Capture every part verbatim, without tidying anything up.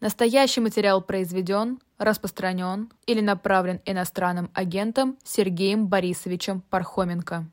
Настоящий материал произведен, распространен или направлен иностранным агентом Сергеем Борисовичем Пархоменко.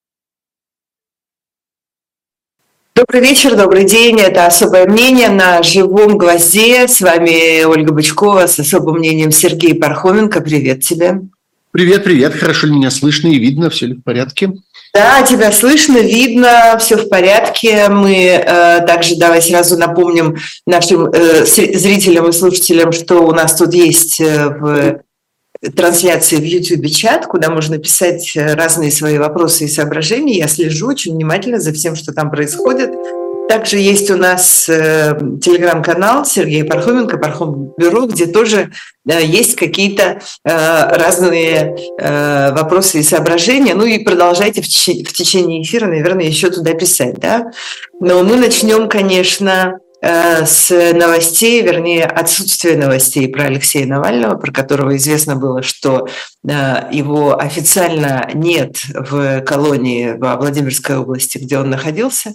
Добрый вечер, добрый день. Это «Особое мнение» на живом гвозде. С вами Ольга Бычкова с особым мнением Сергей Пархоменко. Привет тебе. Привет, привет. Хорошо ли меня слышно и видно? Все ли в порядке? Да, тебя слышно, видно, все в порядке. Мы э, также давай сразу напомним нашим э, зрителям и слушателям, что у нас тут есть э, в трансляции в YouTube чат, куда можно писать разные свои вопросы и соображения. Я слежу очень внимательно за всем, что там происходит. Также есть у нас э, телеграм-канал Сергея Пархоменко, Пархом Бюро, где тоже э, есть какие-то э, разные э, вопросы и соображения. Ну и продолжайте в, теч- в течение эфира, наверное, еще туда писать, да? Но мы начнем, конечно, э, с новостей, вернее, отсутствия новостей про Алексея Навального, про которого известно было, что э, его официально нет в колонии во Владимирской области, где он находился.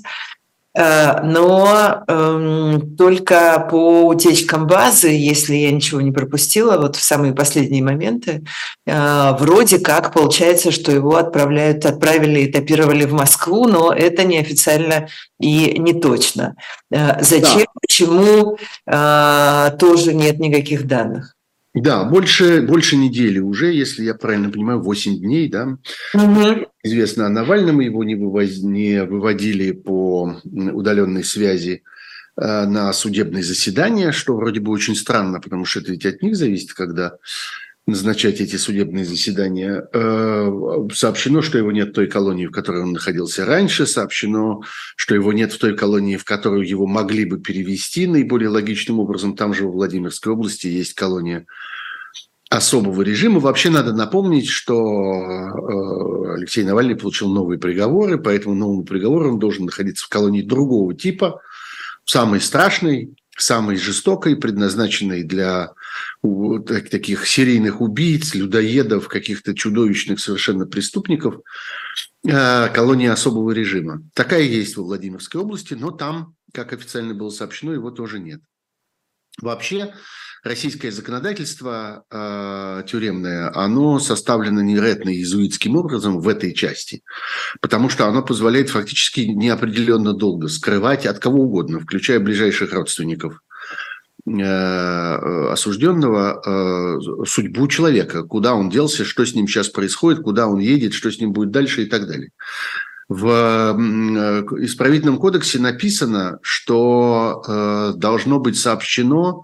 Но э, только по утечкам базы, если я ничего не пропустила, вот в самые последние моменты, э, вроде как получается, что его отправляют, отправили, этапировали в Москву, но это неофициально и не точно. Э, зачем, да. Почему, э, тоже нет никаких данных. Да, больше, больше недели уже, если я правильно понимаю, восемь дней, да. Угу. Известно о Навальном, его не, вывоз... не выводили по удаленной связи э, на судебные заседания, что вроде бы очень странно, потому что это ведь от них зависит, когда назначать эти судебные заседания. Э, сообщено, что его нет в той колонии, в которой он находился раньше, сообщено, что его нет в той колонии, в которую его могли бы перевести наиболее логичным образом. Там же во Владимирской области есть колония особого режима. Вообще надо напомнить, что Алексей Навальный получил новые приговоры, по этому новому приговору он должен находиться в колонии другого типа, самой страшной, самой жестокой, предназначенной для таких серийных убийц, людоедов, каких-то чудовищных совершенно преступников, колонии особого режима. Такая есть во Владимирской области, но там, как официально было сообщено, его тоже нет. Вообще, российское законодательство э, тюремное, оно составлено невероятно иезуитским образом в этой части, потому что оно позволяет фактически неопределенно долго скрывать от кого угодно, включая ближайших родственников э, осужденного, э, судьбу человека, куда он делся, что с ним сейчас происходит, куда он едет, что с ним будет дальше и так далее. В исправительном кодексе написано, что э, должно быть сообщено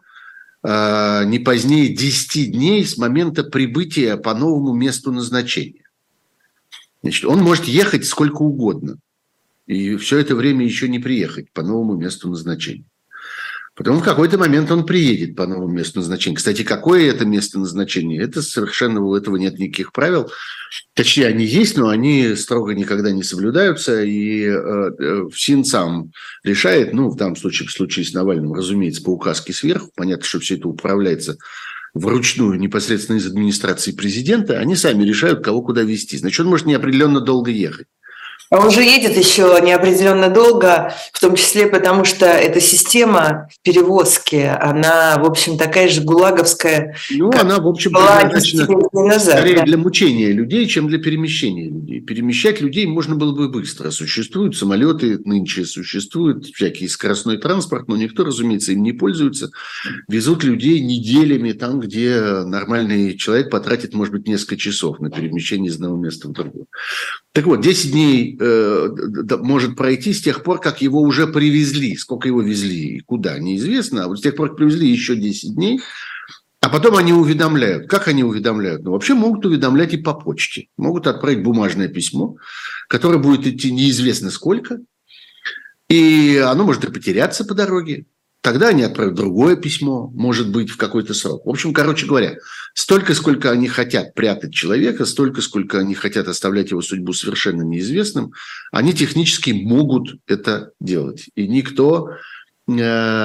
э, не позднее десяти дней с момента прибытия по новому месту назначения. Значит, он может ехать сколько угодно, и все это время еще не приехать по новому месту назначения. Потом в какой-то момент он приедет по новому месту назначения. Кстати, какое это место назначения? Это совершенно у этого нет никаких правил. Точнее, они есть, но они строго никогда не соблюдаются. И э, ФСИН сам решает, ну, в данном случае, в случае с Навальным, разумеется, по указке сверху. Понятно, что все это управляется вручную непосредственно из администрации президента. Они сами решают, кого куда везти. Значит, он может неопределенно долго ехать. А он же едет еще неопределенно долго, в том числе потому, что эта система перевозки, она, в общем, такая же гулаговская. Ну, она, в общем, предназначена назад, скорее да. для мучения людей, чем для перемещения людей. Перемещать людей можно было бы быстро. Существуют самолеты нынче, существует всякий скоростной транспорт, но никто, разумеется, им не пользуется. Везут людей неделями там, где нормальный человек потратит, может быть, несколько часов на перемещение из одного места в другое. Так вот, десять дней э, может пройти с тех пор, как его уже привезли. Сколько его везли и куда, неизвестно. А вот с тех пор, как привезли, еще десять дней. А потом они уведомляют. Как они уведомляют? Ну, вообще могут уведомлять и по почте. Могут отправить бумажное письмо, которое будет идти неизвестно сколько. И оно может и потеряться по дороге. Тогда они отправят другое письмо, может быть, в какой-то срок. В общем, короче говоря, столько, сколько они хотят прятать человека, столько, сколько они хотят оставлять его судьбу совершенно неизвестным, они технически могут это делать. И никто э,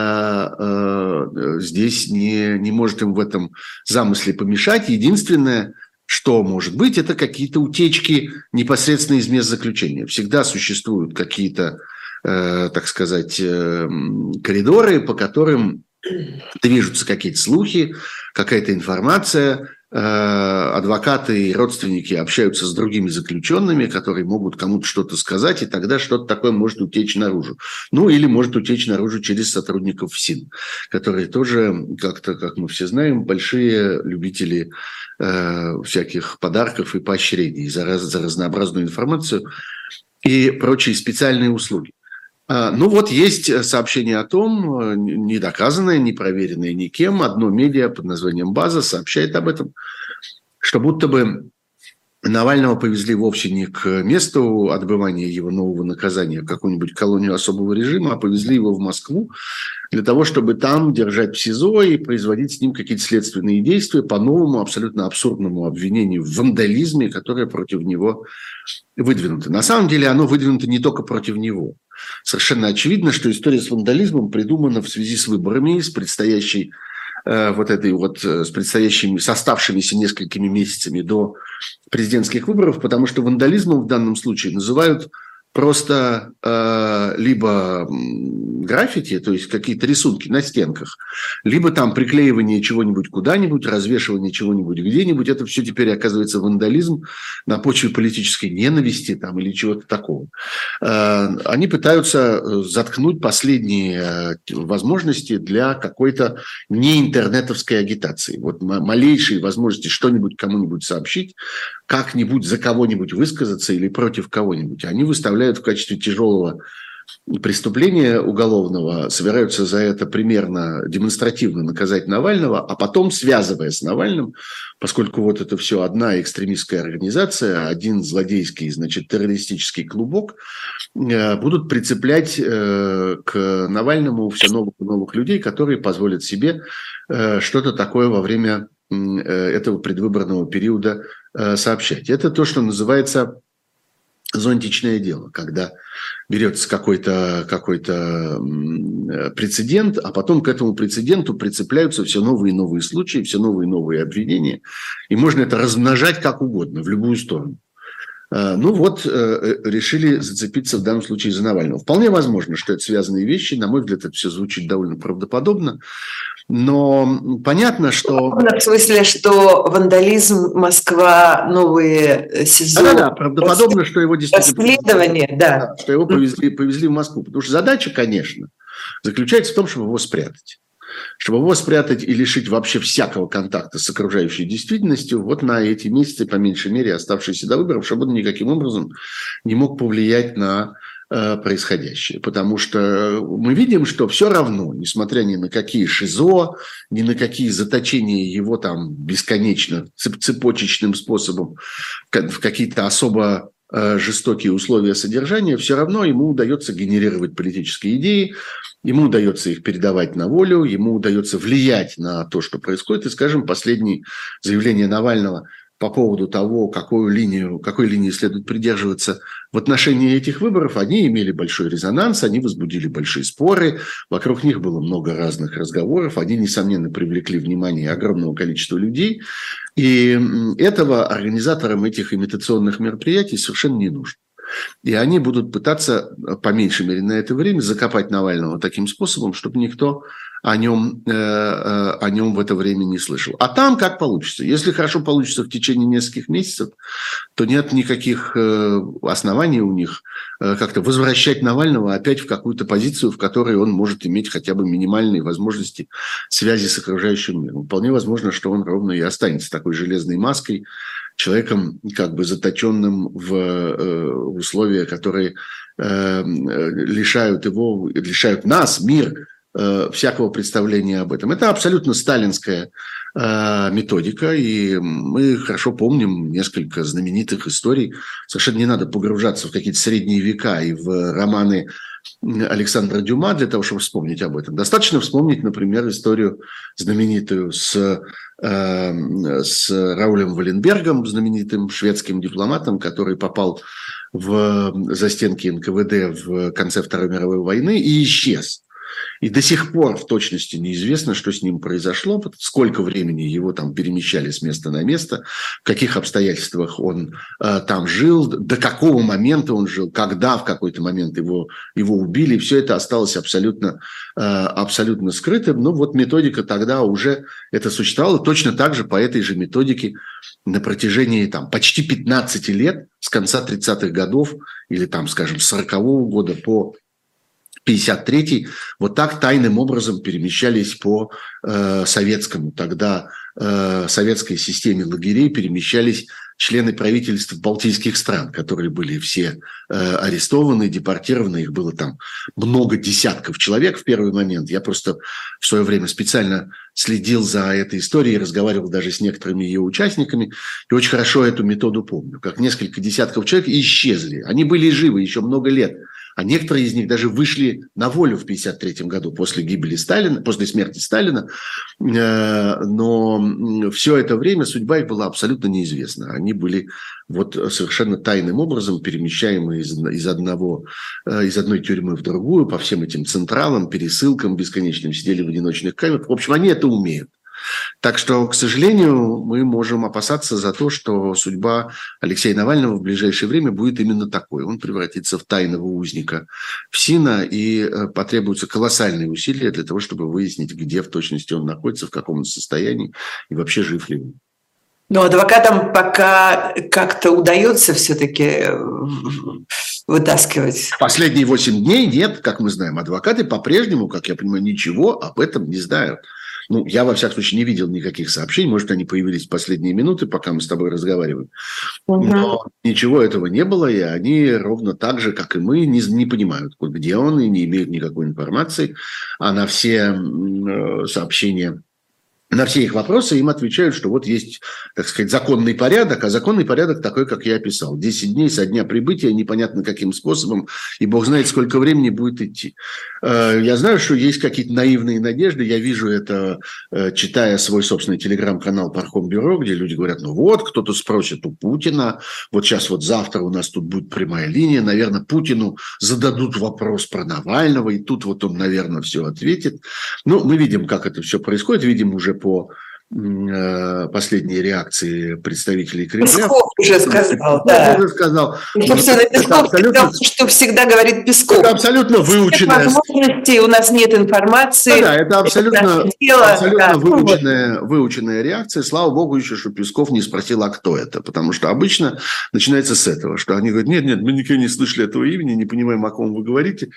э, здесь не, не может им в этом замысле помешать. Единственное, что может быть, это какие-то утечки непосредственно из мест заключения. Всегда существуют какие-то, э, так сказать, э, коридоры, по которым движутся какие-то слухи, какая-то информация, адвокаты и родственники общаются с другими заключенными, которые могут кому-то что-то сказать, и тогда что-то такое может утечь наружу. Ну, или может утечь наружу через сотрудников ФСИН, которые тоже, как-то, как мы все знаем, большие любители э, всяких подарков и поощрений за, раз, за разнообразную информацию и прочие специальные услуги. Ну вот есть сообщение о том, недоказанное, не проверенное никем, одно медиа под названием «База» сообщает об этом, что будто бы Навального повезли вовсе не к месту отбывания его нового наказания, в какую-нибудь колонию особого режима, а повезли его в Москву для того, чтобы там держать в СИЗО и производить с ним какие-то следственные действия по новому, абсолютно абсурдному обвинению в вандализме, которое против него выдвинуто. На самом деле оно выдвинуто не только против него. Совершенно очевидно, что история с вандализмом придумана в связи с выборами, с предстоящей э, вот этой вот, с предстоящими, с оставшимися несколькими месяцами до президентских выборов, потому что вандализмом в данном случае называют просто э, либо граффити, то есть какие-то рисунки на стенках, либо там приклеивание чего-нибудь куда-нибудь, развешивание чего-нибудь где-нибудь. Это все теперь оказывается вандализм на почве политической ненависти там, или чего-то такого. Э, они пытаются заткнуть последние возможности для какой-то неинтернетовской агитации. Вот малейшие возможности что-нибудь кому-нибудь сообщить, как-нибудь за кого-нибудь высказаться или против кого-нибудь, они выставляют в качестве тяжелого преступления уголовного, собираются за это примерно демонстративно наказать Навального, а потом, связывая с Навальным, поскольку вот это все одна экстремистская организация, один злодейский, значит, террористический клубок, будут прицеплять к Навальному все новых и новых людей, которые позволят себе что-то такое во время этого предвыборного периода сообщать. Это то, что называется зонтичное дело, когда берется какой-то, какой-то прецедент, а потом к этому прецеденту прицепляются все новые и новые случаи, все новые и новые обвинения, и можно это размножать как угодно, в любую сторону. Ну вот, решили зацепиться в данном случае за Навального. Вполне возможно, что это связанные вещи. На мой взгляд, это все звучит довольно правдоподобно. Но понятно, что... В смысле, что вандализм, Москва, новые СИЗО... Да-да-да, правдоподобно, что его действительно... Расследование, да. Что его повезли, повезли в Москву. Потому что задача, конечно, заключается в том, чтобы его спрятать. Чтобы его спрятать и лишить вообще всякого контакта с окружающей действительностью вот на эти месяцы, по меньшей мере, оставшиеся до выборов, чтобы он никаким образом не мог повлиять на э, происходящее. Потому что мы видим, что все равно, несмотря ни на какие ШИЗО, ни на какие заточения его там бесконечно цеп- цепочечным способом в какие-то особо жестокие условия содержания, все равно ему удается генерировать политические идеи, ему удается их передавать на волю, ему удается влиять на то, что происходит. И, скажем, последние заявления Навального по поводу того, какую линию, какой линии следует придерживаться в отношении этих выборов, они имели большой резонанс, они возбудили большие споры, вокруг них было много разных разговоров, они, несомненно, привлекли внимание огромного количества людей, и этого организаторам этих имитационных мероприятий совершенно не нужно. И они будут пытаться, по меньшей мере на это время, закопать Навального таким способом, чтобы никто о нем, э, о нем в это время не слышал. А там как получится. Если хорошо получится в течение нескольких месяцев, то нет никаких э, оснований у них э, как-то возвращать Навального опять в какую-то позицию, в которой он может иметь хотя бы минимальные возможности связи с окружающим миром. Вполне возможно, что он ровно и останется такой железной маской, человеком, как бы заточенным в э, условия, которые э, лишают его, лишают нас, мир, э, всякого представления об этом. Это абсолютно сталинская э, методика, и мы хорошо помним несколько знаменитых историй. Совершенно не надо погружаться в какие-то средние века и в романы Александра Дюма для того, чтобы вспомнить об этом. Достаточно вспомнить, например, историю знаменитую с, э, с Раулем Валенбергом, знаменитым шведским дипломатом, который попал в застенки эн ка вэ дэ в конце Второй мировой войны и исчез. И до сих пор в точности неизвестно, что с ним произошло, сколько времени его там перемещали с места на место, в каких обстоятельствах он э, там жил, до какого момента он жил, когда в какой-то момент его, его убили. Все это осталось абсолютно, э, абсолютно скрытым. Но вот методика тогда уже это существовала. Точно так же по этой же методике на протяжении там, почти пятнадцати лет, с конца тридцатых годов или там, скажем, с сорокового года по пятьдесят третий, вот так тайным образом перемещались по э, советскому, тогда э, советской системе лагерей перемещались члены правительств балтийских стран, которые были все э, арестованы, депортированы, их было там много десятков человек в первый момент. Я просто в свое время специально следил за этой историей, разговаривал даже с некоторыми ее участниками, и очень хорошо эту методу помню, как несколько десятков человек исчезли. Они были живы еще много лет, а некоторые из них даже вышли на волю в пятьдесят третьем году после гибели Сталина, после смерти Сталина, но все это время судьба их была абсолютно неизвестна. Они были вот совершенно тайным образом перемещаемы из, из, одного, из одной тюрьмы в другую, по всем этим централам, пересылкам бесконечным, сидели в одиночных камерах. В общем, они это умеют. Так что, к сожалению, мы можем опасаться за то, что судьба Алексея Навального в ближайшее время будет именно такой. Он превратится в тайного узника ФСИНа, и потребуются колоссальные усилия для того, чтобы выяснить, где в точности он находится, в каком он состоянии и вообще жив ли он. Но адвокатам пока как-то удается все-таки вытаскивать. Последние восемь дней нет, как мы знаем. Адвокаты по-прежнему, как я понимаю, ничего об этом не знают. Ну, я, во всяком случае, не видел никаких сообщений. Может, они появились в последние минуты, пока мы с тобой разговариваем. Угу. Но ничего этого не было, и они ровно так же, как и мы, не, не понимают, где он, и не имеют никакой информации. А на все э, сообщения, на все их вопросы им отвечают, что вот есть, так сказать, законный порядок, а законный порядок такой, как я описал. десять дней со дня прибытия, непонятно каким способом, и бог знает, сколько времени будет идти. Я знаю, что есть какие-то наивные надежды, я вижу это, читая свой собственный телеграм-канал Пархомбюро, где люди говорят, ну вот, кто-то спросит у Путина, вот сейчас вот завтра у нас тут будет прямая линия, наверное, Путину зададут вопрос про Навального, и тут вот он, наверное, все ответит. Ну, мы видим, как это все происходит, видим уже по э, последней реакции представителей Кремля. Песков уже сказал, да. Уже сказал. Собственно, Песков абсолютно, что всегда говорит Песков. Это абсолютно выученная... Возможности, у нас нет информации. Да, да, это абсолютно, это дело, абсолютно да. выученная, выученная реакция. Слава богу еще, что Песков не спросил, а кто это. Потому что обычно начинается с этого, что они говорят, нет, нет, мы никогда не слышали этого имени, не понимаем, о ком вы говорите.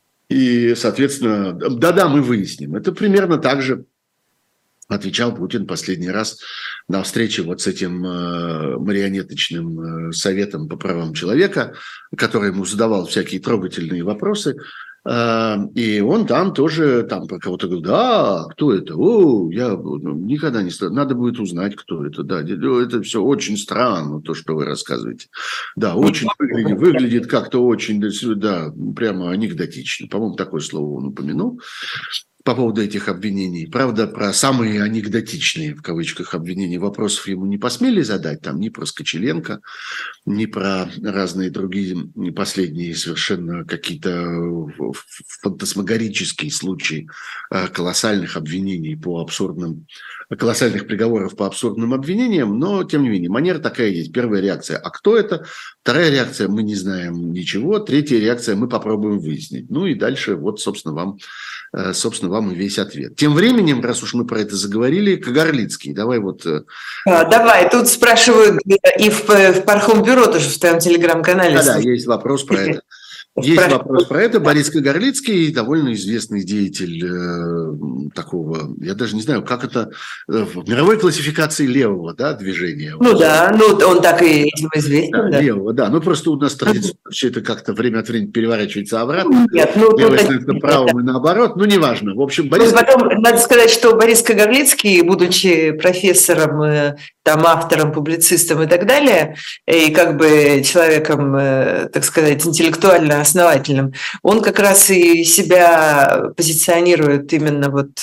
И, соответственно, да-да, мы выясним. Это примерно так же отвечал Путин последний раз на встрече вот с этим э, марионеточным э, советом по правам человека, который ему задавал всякие трогательные вопросы. Э, и он там тоже там про кого-то говорит, да, кто это? О, я ну, никогда не... Надо будет узнать, кто это. Да, это все очень странно, то, что вы рассказываете. Да, очень выглядит, выглядит как-то очень, да, прямо анекдотично. По-моему, такое слово он упомянул по поводу этих обвинений. Правда, про самые анекдотичные, в кавычках, обвинения вопросов ему не посмели задать, там ни про Скочеленко, ни про разные другие последние совершенно какие-то фантасмагорические случаи колоссальных обвинений по абсурдным, колоссальных приговоров по абсурдным обвинениям, но, тем не менее, манера такая есть. Первая реакция – а кто это? Вторая реакция – мы не знаем ничего. Третья реакция – мы попробуем выяснить. Ну и дальше вот, собственно, вам собственно, вам и весь ответ. Тем временем, раз уж мы про это заговорили, Кагарлицкий, давай вот... А, давай, тут спрашивают и в, в Пархомбюро тоже в твоем телеграм-канале. Да, да, есть вопрос про это. Есть вопрос про это. Борис Кагарлицкий, довольно известный деятель э, такого, я даже не знаю, как это, э, в мировой классификации левого, да, движения. Ну вот. Да, ну он так и этим известен. Да, да. Левого, да. Ну просто у нас традиционно все это как-то время от времени переворачивается обратно. Нет, ну... Левое становится правым да. и наоборот, ну неважно. В общем, Борис... Ну, потом, надо сказать, что Борис Кагарлицкий, будучи профессором, там, автором, публицистом и так далее, и как бы человеком, так сказать, интеллектуально основательным, он как раз и себя позиционирует именно вот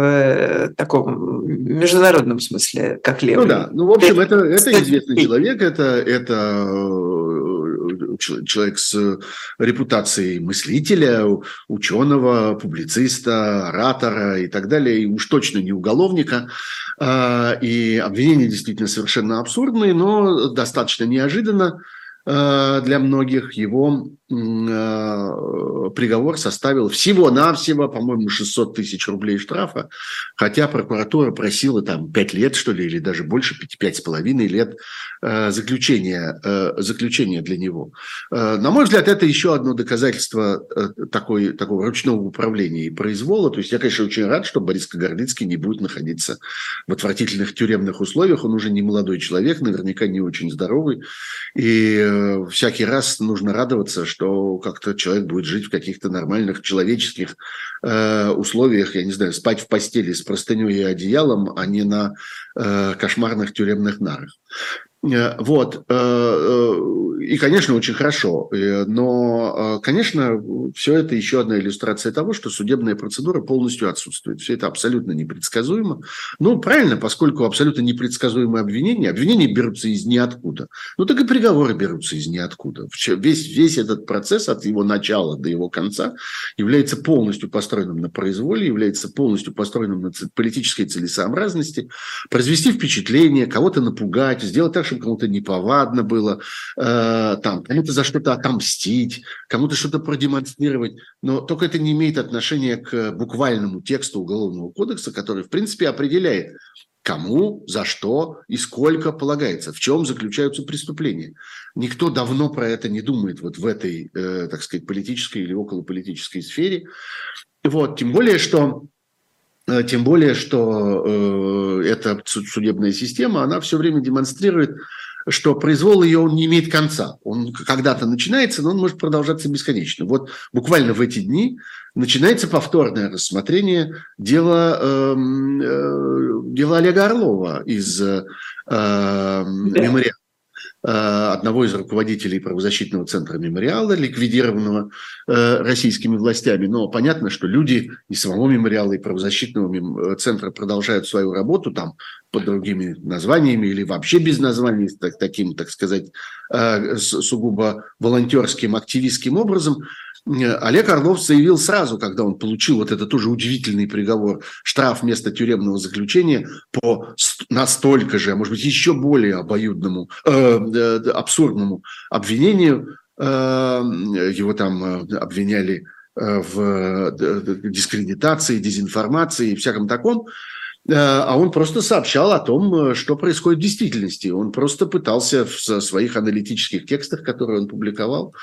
в таком международном смысле, как левый. Ну да, ну в общем, это, это известный человек, это, это человек с репутацией мыслителя, ученого, публициста, оратора и так далее, и уж точно не уголовника. И обвинения действительно совершенно абсурдные, но достаточно неожиданно для многих. Его приговор составил всего-навсего, по-моему, шестьсот тысяч рублей штрафа, хотя прокуратура просила там пять лет, что ли, или даже больше, пять с половиной лет заключения, заключения для него. На мой взгляд, это еще одно доказательство такой, такого ручного управления и произвола. То есть я, конечно, очень рад, что Борис Кагарлицкий не будет находиться в отвратительных тюремных условиях. Он уже не молодой человек, наверняка не очень здоровый. И всякий раз нужно радоваться, что как-то человек будет жить в каких-то нормальных человеческих э, условиях, я не знаю, спать в постели с простыней и одеялом, а не на э, кошмарных тюремных нарах. Вот. И, конечно, очень хорошо. Но, конечно, все это еще одна иллюстрация того, что судебная процедура полностью отсутствует. Все это абсолютно непредсказуемо. Ну, правильно, поскольку абсолютно непредсказуемые обвинения, обвинения берутся из ниоткуда. Ну, так и приговоры берутся из ниоткуда. Весь, весь этот процесс от его начала до его конца является полностью построенным на произволе, является полностью построенным на политической целесообразности. Произвести впечатление, кого-то напугать, сделать так, чтобы кому-то неповадно было, э, там, кому-то за что-то отомстить, кому-то что-то продемонстрировать. Но только это не имеет отношения к буквальному тексту Уголовного кодекса, который, в принципе, определяет, кому, за что и сколько полагается, в чем заключаются преступления. Никто давно про это не думает вот в этой, э, так сказать, политической или околополитической сфере. Вот, тем более, что Тем более, что э, эта судебная система, она все время демонстрирует, что произвол ее он не имеет конца. Он когда-то начинается, но он может продолжаться бесконечно. Вот буквально в эти дни начинается повторное рассмотрение дела, э, э, дела Олега Орлова из э, мемориала. Одного из руководителей правозащитного центра «Мемориала», ликвидированного э, российскими властями. Но понятно, что люди и самого «Мемориала», и правозащитного центра продолжают свою работу там под другими названиями или вообще без названий, так, таким, так сказать, э, сугубо волонтерским, активистским образом. Олег Орлов заявил сразу, когда он получил вот этот тоже удивительный приговор, штраф вместо тюремного заключения по настолько же, а может быть, еще более обоюдному, э, абсурдному обвинению. Э, его там обвиняли в дискредитации, дезинформации и всяком таком. А он просто сообщал о том, что происходит в действительности. Он просто пытался в своих аналитических текстах, которые он публиковал,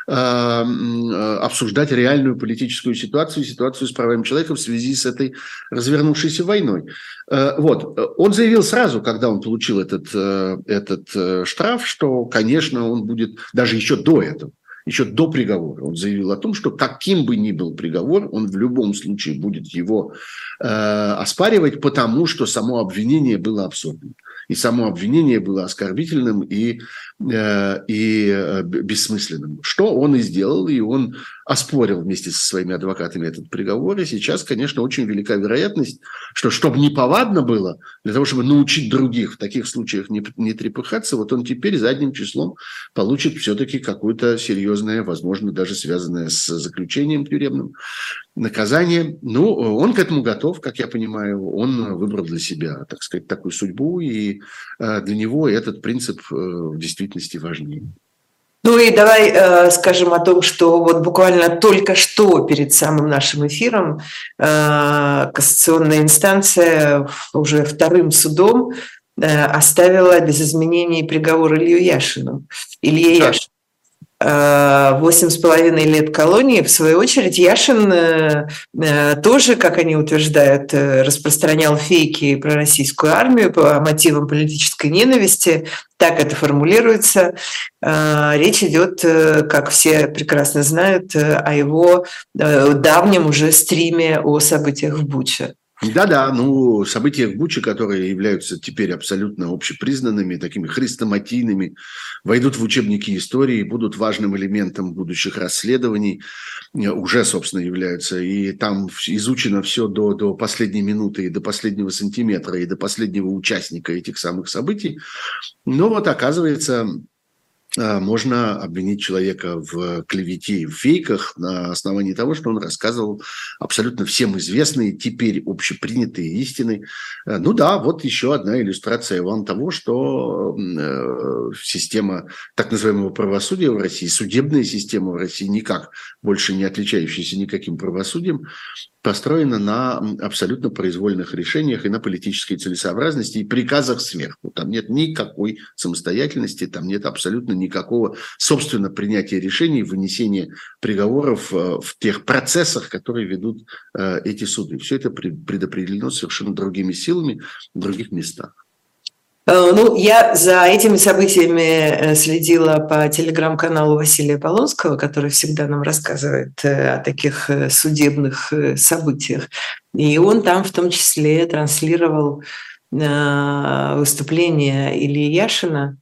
обсуждать реальную политическую ситуацию, ситуацию с правами человека в связи с этой развернувшейся войной. Вот. Он заявил сразу, когда он получил этот, этот штраф, что, конечно, он будет даже еще до этого, еще до приговора, он заявил о том, что каким бы ни был приговор, он в любом случае будет его э, оспаривать, потому что само обвинение было абсурдным. И само обвинение было оскорбительным и, э, и э, бессмысленным. Что он и сделал, и он оспорил вместе со своими адвокатами этот приговор. И сейчас, конечно, очень велика вероятность, что, чтобы неповадно было, для того, чтобы научить других в таких случаях не, не трепыхаться, вот он теперь задним числом получит все-таки какое-то серьезное, возможно, даже связанное с заключением тюремным, наказание. Ну, он к этому готов, как я понимаю. Он выбрал для себя, так сказать, такую судьбу, и для него этот принцип в действительности важнее. Ну и давай э, скажем о том, что вот буквально только что перед самым нашим эфиром э, кассационная инстанция уже вторым судом э, оставила без изменений приговор Илью Яшину. Илье Да. Яшину. Восемь с половиной лет колонии. В свою очередь, Яшин э, э, тоже, как они утверждают, э, распространял фейки про российскую армию по мотивам политической ненависти. Так это формулируется. Э, речь идет, э, как все прекрасно знают, э, о его э, давнем уже стриме о событиях в Буче. Да-да, ну, события в Буче, которые являются теперь абсолютно общепризнанными, такими хрестоматийными, войдут в учебники истории, будут важным элементом будущих расследований, уже, собственно, являются. И там изучено все до, до последней минуты, и до последнего сантиметра, и до последнего участника этих самых событий. Но вот, оказывается, можно обвинить человека в клевете и в фейках на основании того, что он рассказывал абсолютно всем известные, теперь общепринятые истины. Ну да, вот еще одна иллюстрация вам того, что система так называемого правосудия в России, судебная система в России, никак больше не отличающаяся никаким правосудием, построена на абсолютно произвольных решениях и на политической целесообразности и приказах сверху. Там нет никакой самостоятельности, там нет абсолютно никакого, собственно, принятия решений, вынесения приговоров в тех процессах, которые ведут эти суды. Все это предопределено совершенно другими силами в других местах. Ну, я за этими событиями следила по телеграм-каналу Василия Полонского, который всегда нам рассказывает о таких судебных событиях. И он там в том числе транслировал выступление Ильи Яшина.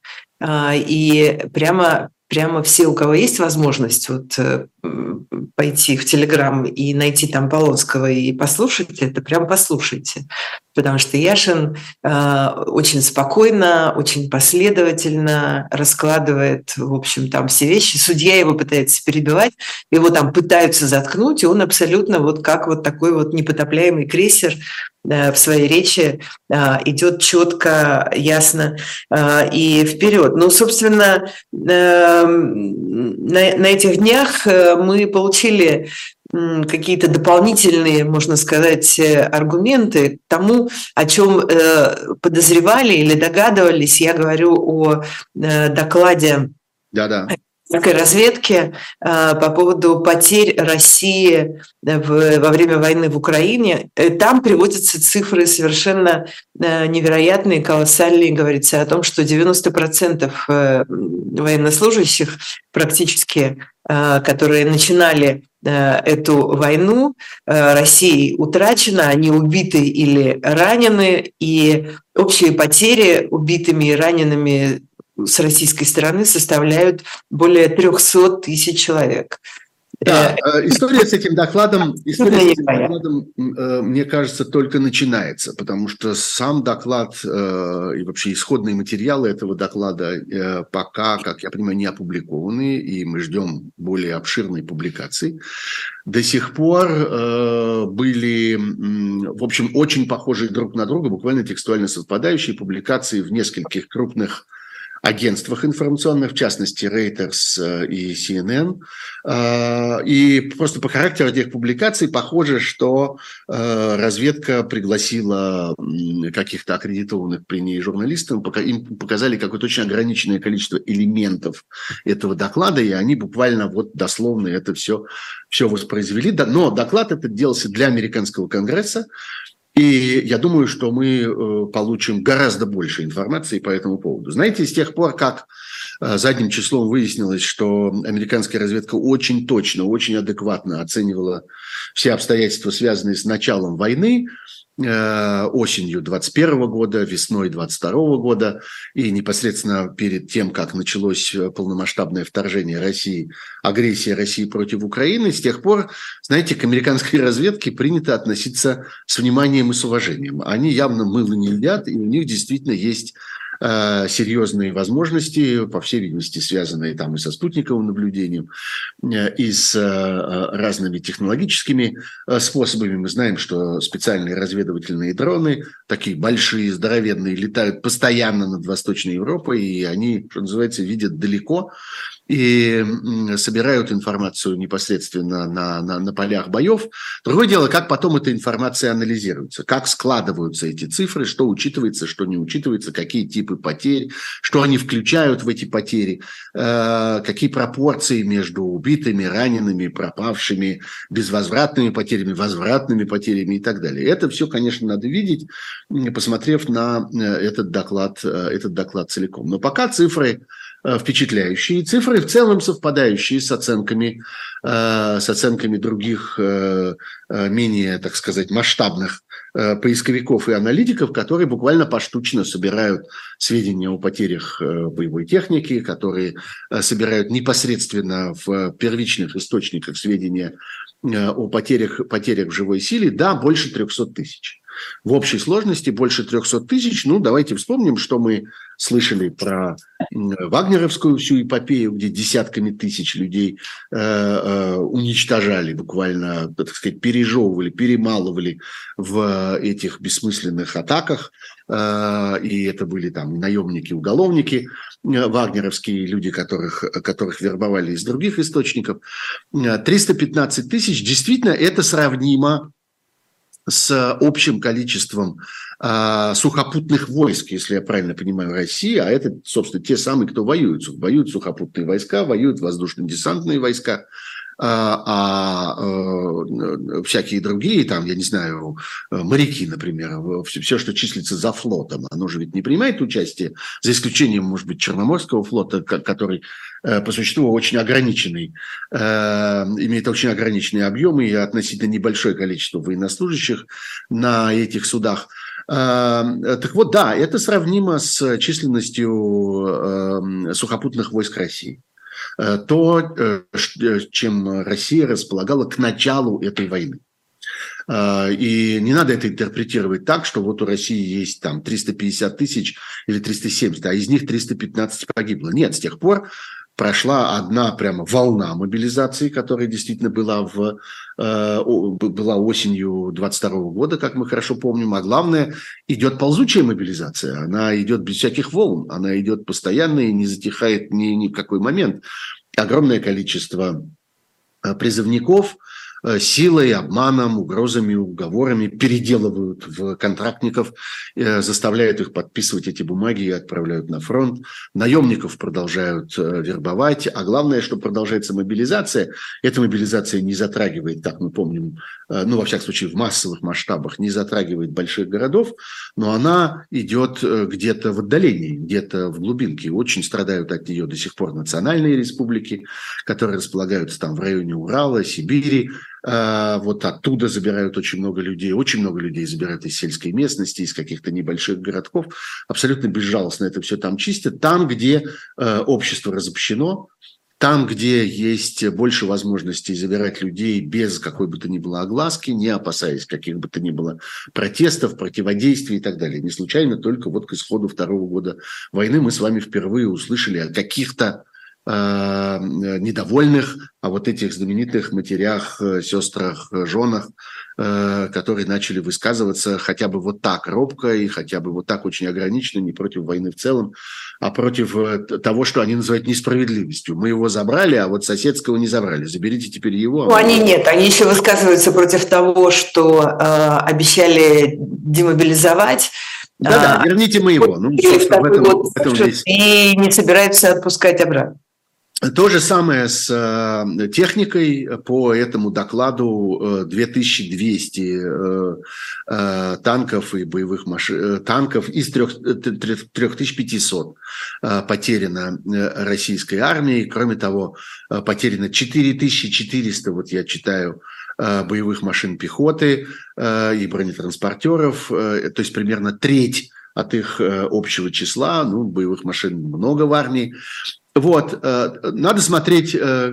И прямо, прямо все, у кого есть возможность вот пойти в Телеграм и найти там Полонского и послушать это, прям послушайте. Потому что Яшин э, очень спокойно, очень последовательно раскладывает, в общем, там все вещи. Судья его пытается перебивать, его там пытаются заткнуть, и он абсолютно вот как вот такой вот непотопляемый крейсер э, в своей речи э, идет четко, ясно э, и вперед. Ну, собственно, э, на, на этих днях мы получили какие-то дополнительные, можно сказать, аргументы к тому, о чем подозревали или догадывались. Я говорю о докладе Да-да. разведки по поводу потерь России в, во время войны в Украине. Там приводятся цифры совершенно невероятные, колоссальные. Говорится о том, что девяносто процентов военнослужащих практически, которые начинали эту войну, России утрачено, они убиты или ранены, и общие потери убитыми и ранеными с российской стороны составляют более триста тысяч человек. Да, история с этим докладом, история с этим докладом, мне кажется, только начинается, потому что сам доклад и вообще исходные материалы этого доклада пока, как я понимаю, не опубликованы, и мы ждем более обширной публикации. До сих пор были, в общем, очень похожие друг на друга, буквально текстуально совпадающие публикации в нескольких крупных агентствах информационных, в частности, Reuters и си эн эн. И просто по характеру этих публикаций похоже, что разведка пригласила каких-то аккредитованных при ней журналистов, им показали какое-то очень ограниченное количество элементов этого доклада, и они буквально вот дословно это все, все воспроизвели. Но доклад этот делался для американского конгресса, и я думаю, что мы получим гораздо больше информации по этому поводу. Знаете, с тех пор, как задним числом выяснилось, что американская разведка очень точно, очень адекватно оценивала все обстоятельства, связанные с началом войны, осенью двадцать первого года, весной двадцать второго года и непосредственно перед тем, как началось полномасштабное вторжение России, агрессия России против Украины, с тех пор, знаете, к американской разведке принято относиться с вниманием и с уважением. Они явно мыло не едят, и у них действительно есть серьезные возможности, по всей видимости, связанные там и со спутниковым наблюдением, и с разными технологическими способами. Мы знаем, что специальные разведывательные дроны, такие большие, здоровенные, летают постоянно над Восточной Европой, и они, что называется, видят далеко и собирают информацию непосредственно на, на, на полях боев. Другое дело, как потом эта информация анализируется, как складываются эти цифры, что учитывается, что не учитывается, какие типы потерь, что они включают в эти потери, э, какие пропорции между убитыми, ранеными, пропавшими, безвозвратными потерями, возвратными потерями и так далее. Это все, конечно, надо видеть, посмотрев на этот доклад, этот доклад целиком. Но пока цифры впечатляющие, цифры в целом совпадающие с оценками, э, с оценками других э, менее, так сказать, масштабных э, поисковиков и аналитиков, которые буквально поштучно собирают сведения о потерях э, боевой техники, которые э, собирают непосредственно в первичных источниках сведения э, о потерях, потерях в живой силе. Да, больше трехсот тысяч. В общей сложности больше триста тысяч. Ну, давайте вспомним, что мы слышали про вагнеровскую всю эпопею, где десятками тысяч людей э, э, уничтожали, буквально, так сказать, пережевывали, перемалывали в этих бессмысленных атаках. Э, и это были там наемники, уголовники, э, вагнеровские люди, которых, которых вербовали из других источников. триста пятнадцать тысяч, действительно, это сравнимо с общим количеством э, сухопутных войск, если я правильно понимаю, России, а это, собственно, те самые, кто воюют. Воюют сухопутные войска, воюют воздушно-десантные войска, а, а всякие другие, там, я не знаю, моряки, например, все, все, что числится за флотом, оно же ведь не принимает участие, за исключением, может быть, Черноморского флота, который по существу очень ограниченный, имеет очень ограниченные объемы и относительно небольшое количество военнослужащих на этих судах. Так вот, да, это сравнимо с численностью сухопутных войск России. То, чем Россия располагала к началу этой войны. И не надо это интерпретировать так, что вот у России есть там триста пятьдесят тысяч или триста семьдесят, а из них триста пятнадцать погибло. Нет, с тех пор прошла одна прямо волна мобилизации, которая действительно была, в, была осенью двадцать второго года, как мы хорошо помним. А главное, идет ползучая мобилизация. Она идет без всяких волн, она идет постоянно и не затихает ни, ни в какой момент. Огромное количество призывников силой, обманом, угрозами, уговорами переделывают в контрактников, заставляют их подписывать эти бумаги и отправляют на фронт. Наемников продолжают вербовать. А главное, что продолжается мобилизация. Эта мобилизация не затрагивает, как мы помним, ну, во всяком случае, в массовых масштабах, не затрагивает больших городов, но она идет где-то в отдалении, где-то в глубинке. Очень страдают от нее до сих пор национальные республики, которые располагаются там в районе Урала, Сибири. Вот оттуда забирают очень много людей. Очень много людей забирают из сельской местности, из каких-то небольших городков. Абсолютно безжалостно это все там чистят. Там, где общество разобщено, там, где есть больше возможностей забирать людей без какой бы то ни было огласки, не опасаясь каких бы то ни было протестов, противодействий и так далее. Не случайно только вот к исходу второго года войны мы с вами впервые услышали о каких-то э, недовольных, о вот этих знаменитых матерях, сестрах, женах, э, которые начали высказываться хотя бы вот так робко и хотя бы вот так очень ограниченно, не против войны в целом, а против того, что они называют несправедливостью. Мы его забрали, а вот соседского не забрали. Заберите теперь его. Ну, они нет, они еще высказываются против того, что э, обещали демобилизовать. Да-да, а, верните мы его. Ну, собственно, в этом, вот, в этом и не собираются отпускать обратно. То же самое с э, техникой. По этому докладу э, две тысячи двести э, э, танков и боевых машин, э, танков из три тысячи пятьсот э, потеряно э, российской армией. Кроме того, э, потеряно четыре тысячи четыреста, вот я читаю, э, боевых машин пехоты э, и бронетранспортеров, э, то есть примерно треть от их э, общего числа. Ну, боевых машин много в армии. Вот, надо смотреть,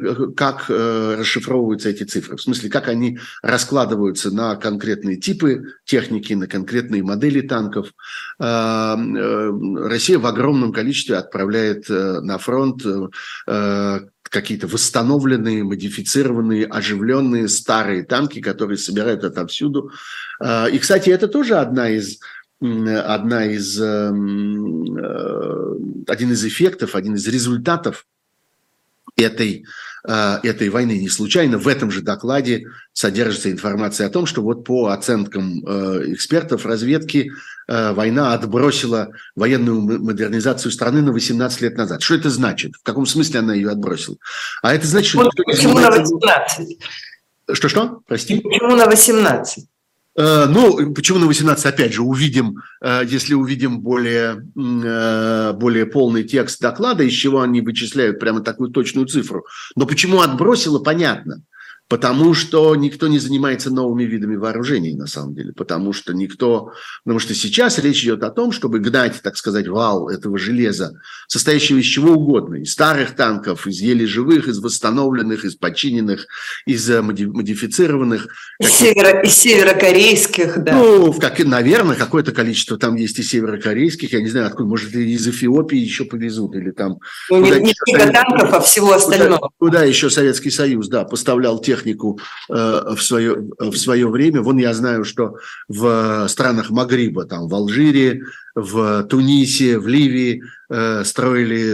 как расшифровываются эти цифры, в смысле, как они раскладываются на конкретные типы техники, на конкретные модели танков. Россия в огромном количестве отправляет на фронт какие-то восстановленные, модифицированные, оживленные старые танки, которые собирают отовсюду. И, кстати, это тоже одна из... Одна из, один из эффектов, один из результатов этой, этой войны. Не случайно в этом же докладе содержится информация о том, что вот по оценкам экспертов разведки война отбросила военную модернизацию страны на восемнадцать лет назад. Что это значит? В каком смысле она ее отбросила? А это значит, что... Почему на восемнадцать? Что-что? Прости? Почему на восемнадцать? Ну, почему на восемнадцать, опять же, увидим, если увидим более, более полный текст доклада, из чего они вычисляют прямо такую точную цифру. Но почему отбросило, понятно. Потому что никто не занимается новыми видами вооружений, на самом деле. Потому что никто... Потому что сейчас речь идет о том, чтобы гнать, так сказать, вал этого железа, состоящего из чего угодно. Из старых танков, из еле живых, из восстановленных, из починенных, из модифицированных. Из, северо, из северокорейских, да. Ну, как, наверное, какое-то количество там есть и северокорейских. Я не знаю, откуда, может, из Эфиопии еще повезут. Или там... Ну, не, не только танков, а всего остального. Куда, куда еще Советский Союз, да, поставлял тех технику э, в, свое, в свое время. Вон я знаю, что в странах Магриба, там в Алжире, в Тунисе, в Ливии э, строили,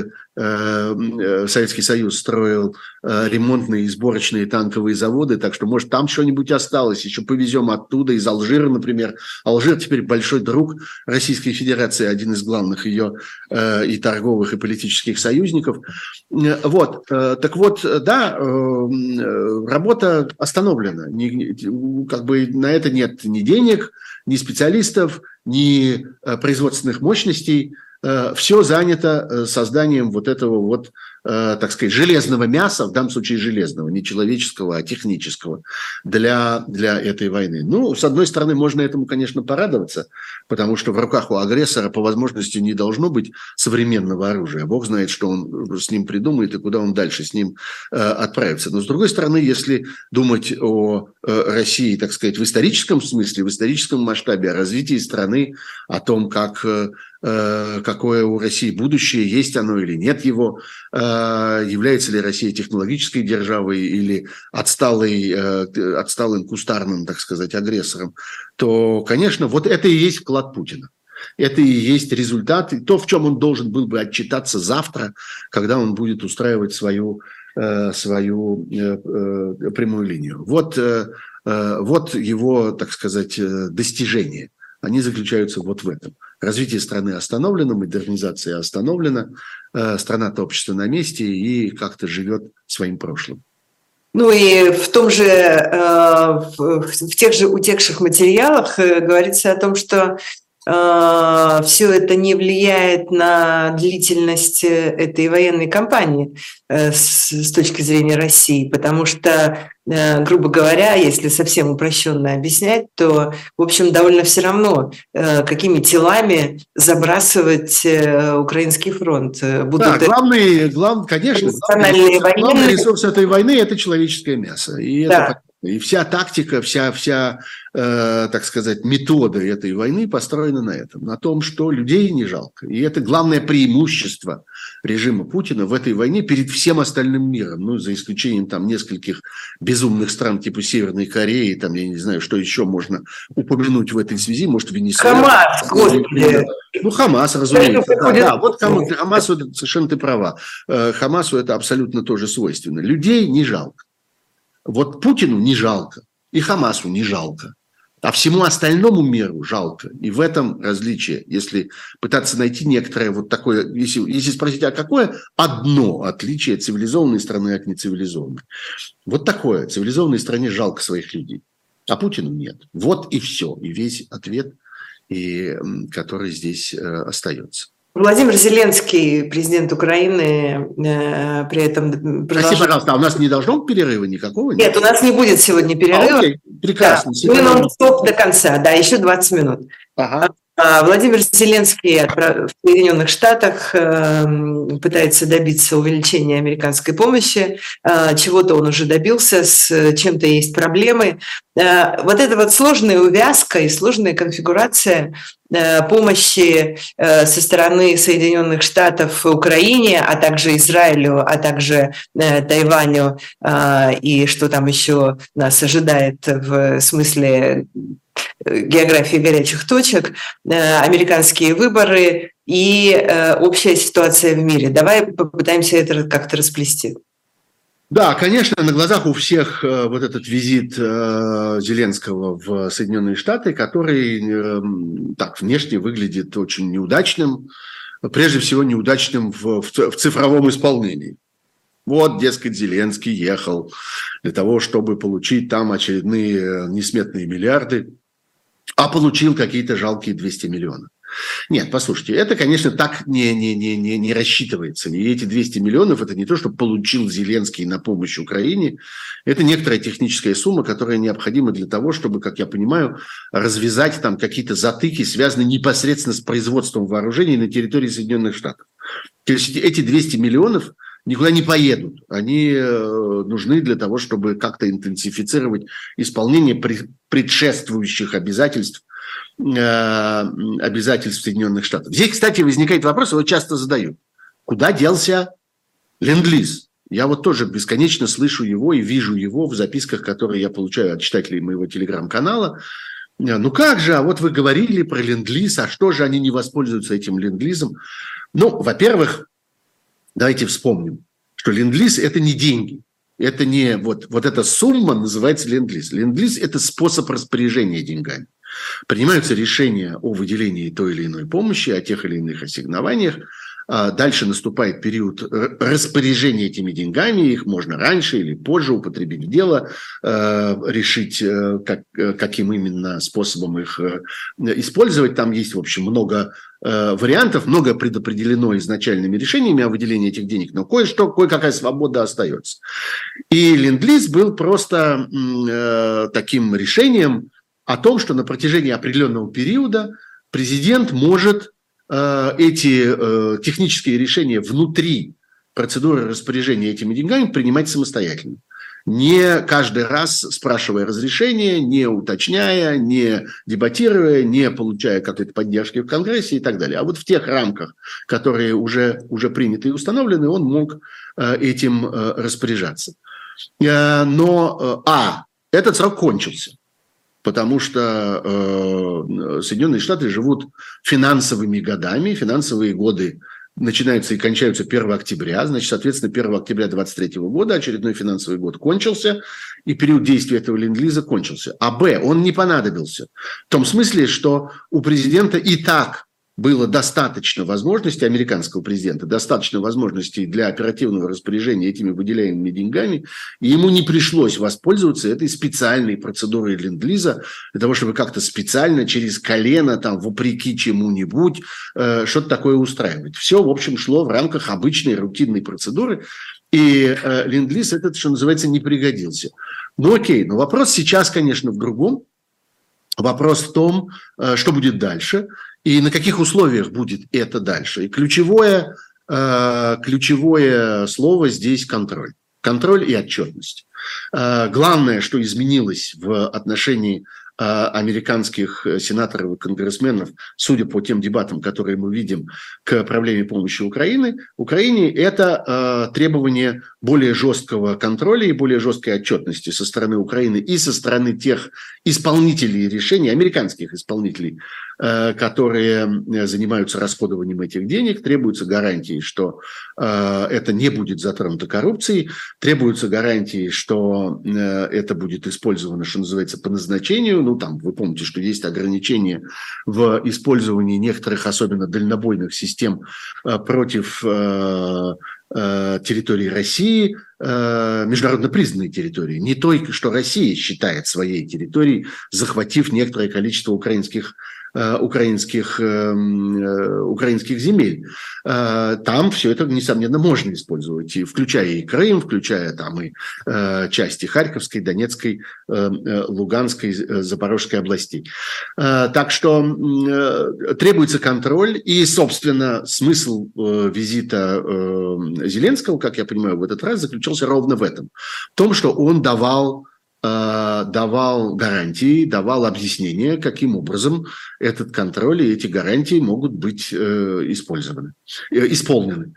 э, Советский Союз строил э, ремонтные и сборочные танковые заводы, так что, может, там что-нибудь осталось, еще повезем оттуда, из Алжира, например. Алжир теперь большой друг Российской Федерации, один из главных ее э, и торговых, и политических союзников. Вот, э, так вот, да, э, работа остановлена. Ни, как бы на это нет ни денег, ни специалистов, ни производственных мощностей. Все занято созданием вот этого вот, так сказать, железного мяса, в данном случае железного, не человеческого, а технического, для, для этой войны. Ну, с одной стороны, можно этому, конечно, порадоваться, потому что в руках у агрессора по возможности не должно быть современного оружия. Бог знает, что он с ним придумает и куда он дальше с ним отправится. Но, с другой стороны, если думать о России, так сказать, в историческом смысле, в историческом масштабе, о развитии страны, о том, как... какое у России будущее, есть оно или нет его, является ли Россия технологической державой или отсталой, отсталым кустарным, так сказать, агрессором, то, конечно, вот это и есть вклад Путина. Это и есть результат, и то, в чем он должен был бы отчитаться завтра, когда он будет устраивать свою, свою прямую линию. Вот, вот его, так сказать, достижение. Они заключаются вот в этом. Развитие страны остановлено, модернизация остановлена, э, страна-то общество на месте и как-то живет своим прошлым. Ну и в том же, э, в, в тех же утекших материалах э, говорится о том, что э, все это не влияет на длительность этой военной кампании э, с, с точки зрения России, потому что, э, грубо говоря, если совсем упрощенно объяснять, то, в общем, довольно все равно, э, какими телами забрасывать э, украинский фронт. Будут да, главный, главный, конечно, главный ресурс, главный ресурс этой войны – это человеческое мясо. И да. это И вся тактика, вся, вся э, так сказать, метода этой войны построена на этом, на том, что людей не жалко. И это главное преимущество режима Путина в этой войне перед всем остальным миром, ну, за исключением там нескольких безумных стран типа Северной Кореи, там, я не знаю, что еще можно упомянуть в этой связи, может, Венесуэла. Хамас, господи. Ну, Хамас, разумеется. Да, да, вот Хамас, Хамасу, совершенно ты права, Хамасу это абсолютно тоже свойственно. Людей не жалко. Вот Путину не жалко, и Хамасу не жалко, а всему остальному миру жалко. И в этом различие, если пытаться найти некоторое вот такое, если, если спросить, а какое одно отличие цивилизованной страны от нецивилизованной? Вот такое. Цивилизованной стране жалко своих людей, а Путину нет. Вот и все, и весь ответ, и, который здесь э, остается. Владимир Зеленский, президент Украины, э, при этом... Прости, пожалуйста, а у нас не должно быть перерыва никакого? Нет, нет у нас не будет сегодня перерыва. А, окей, прекрасно. Да, мы нон-стоп до конца, да, еще двадцать минут. Ага. Владимир Зеленский в Соединенных Штатах пытается добиться увеличения американской помощи. Чего-то он уже добился, с чем-то есть проблемы. Вот эта вот сложная увязка и сложная конфигурация помощи со стороны Соединенных Штатов Украине, а также Израилю, а также Тайваню и что там еще нас ожидает в смысле географии горячих точек, американские выборы и общая ситуация в мире. Давай попытаемся это как-то расплести. Да, конечно, на глазах у всех вот этот визит Зеленского в Соединенные Штаты, который так внешне выглядит очень неудачным, прежде всего неудачным в, в цифровом исполнении. Вот, дескать, Зеленский ехал для того, чтобы получить там очередные несметные миллиарды, а получил какие-то жалкие двести миллионов. Нет, послушайте, это, конечно, так не, не, не, не, не рассчитывается. И эти двести миллионов – это не то, что получил Зеленский на помощь Украине. Это некоторая техническая сумма, которая необходима для того, чтобы, как я понимаю, развязать там какие-то затыки, связанные непосредственно с производством вооружений на территории Соединенных Штатов. То есть эти двести миллионов никуда не поедут. Они нужны для того, чтобы как-то интенсифицировать исполнение предшествующих обязательств обязательств Соединенных Штатов. Здесь, кстати, возникает вопрос, его часто задают. Куда делся ленд-лиз? Я вот тоже бесконечно слышу его и вижу его в записках, которые я получаю от читателей моего телеграм-канала. Ну как же, а вот вы говорили про ленд-лиз, а что же они не воспользуются этим ленд-лизом? Ну, во-первых, давайте вспомним, что ленд-лиз – это не деньги. Это не вот, вот эта сумма называется ленд-лиз. Ленд-лиз – это способ распоряжения деньгами. Принимаются решения о выделении той или иной помощи, о тех или иных ассигнованиях. Дальше наступает период распоряжения этими деньгами. Их можно раньше или позже употребить в дело, решить, как, каким именно способом их использовать. Там есть, в общем, много вариантов, многое предопределено изначальными решениями о выделении этих денег, но кое-что, кое-какая свобода остается. И ленд-лиз был просто э, таким решением о том, что на протяжении определенного периода президент может э, эти э, технические решения внутри процедуры распоряжения этими деньгами принимать самостоятельно. Не каждый раз спрашивая разрешение, не уточняя, не дебатируя, не получая какой-то поддержки в Конгрессе и так далее. А вот в тех рамках, которые уже, уже приняты и установлены, он мог э, этим э, распоряжаться. Э, но, э, а, этот срок кончился, потому что э, Соединенные Штаты живут финансовыми годами, финансовые годы начинаются и кончаются первого октября, значит, соответственно, первого октября две тысячи двадцать третьего года очередной финансовый год кончился, и период действия этого ленд-лиза кончился. А б, он не понадобился. В том смысле, что у президента и так было достаточно возможностей, американского президента, достаточно возможностей для оперативного распоряжения этими выделяемыми деньгами, и ему не пришлось воспользоваться этой специальной процедурой ленд-лиза для того, чтобы как-то специально через колено, там, вопреки чему-нибудь, э, что-то такое устраивать. Все, в общем, шло в рамках обычной рутинной процедуры, и э, ленд-лиз этот, что называется, не пригодился. Ну окей, но вопрос сейчас, конечно, в другом. Вопрос в том, э, что будет дальше. И на каких условиях будет это дальше? И ключевое, э, ключевое слово здесь – контроль. Контроль и отчетность. Э, главное, что изменилось в отношении э, американских сенаторов и конгрессменов, судя по тем дебатам, которые мы видим к проблеме помощи Украины, Украине, это э, требование более жесткого контроля и более жесткой отчетности со стороны Украины и со стороны тех исполнителей решений, американских исполнителей, которые занимаются расходованием этих денег, требуются гарантии, что э, это не будет затронуто коррупцией, требуются гарантии, что э, это будет использовано, что называется, по назначению. Ну, там, вы помните, что есть ограничения в использовании некоторых, особенно дальнобойных систем э, против э, э, территории России, э, международно признанной территории, не той, что Россия считает своей территорией, захватив некоторое количество украинских украинских, украинских земель. Там все это, несомненно, можно использовать, и включая и Крым, включая там и части Харьковской, Донецкой, Луганской, Запорожской областей. Так что требуется контроль, и, собственно, смысл визита Зеленского, как я понимаю, в этот раз заключался ровно в этом. В том, что он давал давал гарантии, давал объяснения, каким образом этот контроль и эти гарантии могут быть э, использованы, э, исполнены.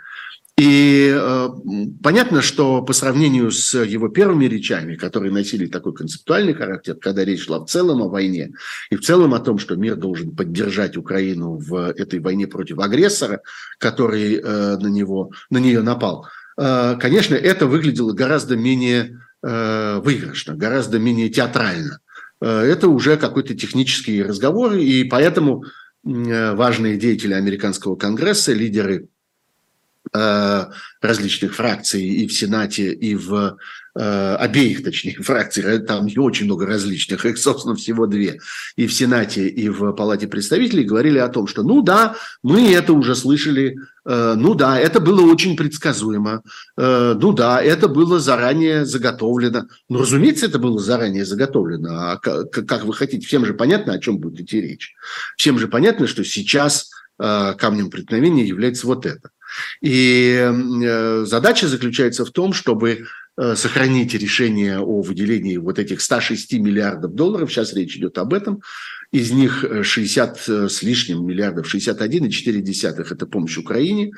И э, понятно, что по сравнению с его первыми речами, которые носили такой концептуальный характер, когда речь шла в целом о войне и в целом о том, что мир должен поддержать Украину в этой войне против агрессора, который э, на него, на нее напал, э, конечно, это выглядело гораздо менее выигрышно, гораздо менее театрально. Это уже какой-то технический разговор, и поэтому важные деятели американского конгресса, лидеры различных фракций и в Сенате, и в обеих, точнее, фракций, там очень много различных, их, собственно, всего две, и в Сенате, и в Палате представителей говорили о том, что, ну да, мы это уже слышали, ну да, это было очень предсказуемо, ну да, это было заранее заготовлено. Ну, разумеется, это было заранее заготовлено, а как вы хотите, всем же понятно, о чем будет идти речь. Всем же понятно, что сейчас камнем преткновения является вот это. И задача заключается в том, чтобы сохранить решение о выделении вот этих ста шести миллиардов долларов, сейчас речь идет об этом, из них шестьдесят с лишним миллиардов, шестьдесят один целых четыре десятых – это помощь Украине,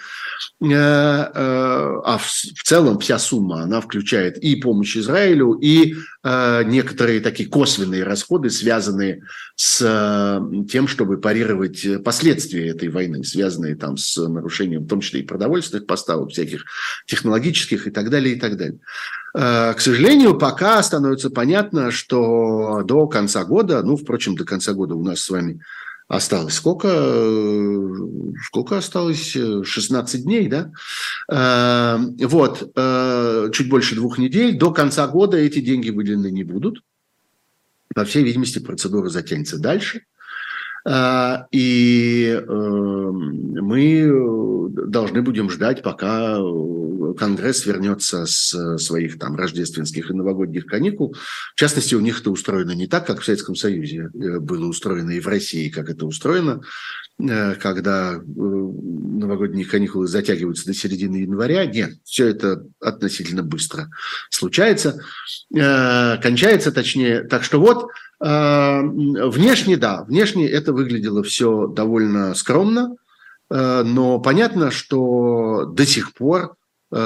а в целом вся сумма, она включает и помощь Израилю, и некоторые такие косвенные расходы, связанные с тем, чтобы парировать последствия этой войны, связанные там с нарушением, в том числе и продовольственных поставок, всяких технологических и так далее, и так далее. К сожалению, пока становится понятно, что до конца года, ну, впрочем, до конца года у нас с вами осталось сколько? Сколько осталось? шестнадцать дней, да? Вот, чуть больше двух недель. До конца года эти деньги выделены не будут. По всей видимости, процедура затянется дальше. И мы должны будем ждать, пока Конгресс вернется с своих там рождественских и новогодних каникул. В частности, у них это устроено не так, как в Советском Союзе было устроено, и в России, как это устроено, когда новогодние каникулы затягиваются до середины января. Нет, все это относительно быстро случается, кончается точнее. Так что вот, внешне, да, внешне это выглядело все довольно скромно, но понятно, что до сих пор это,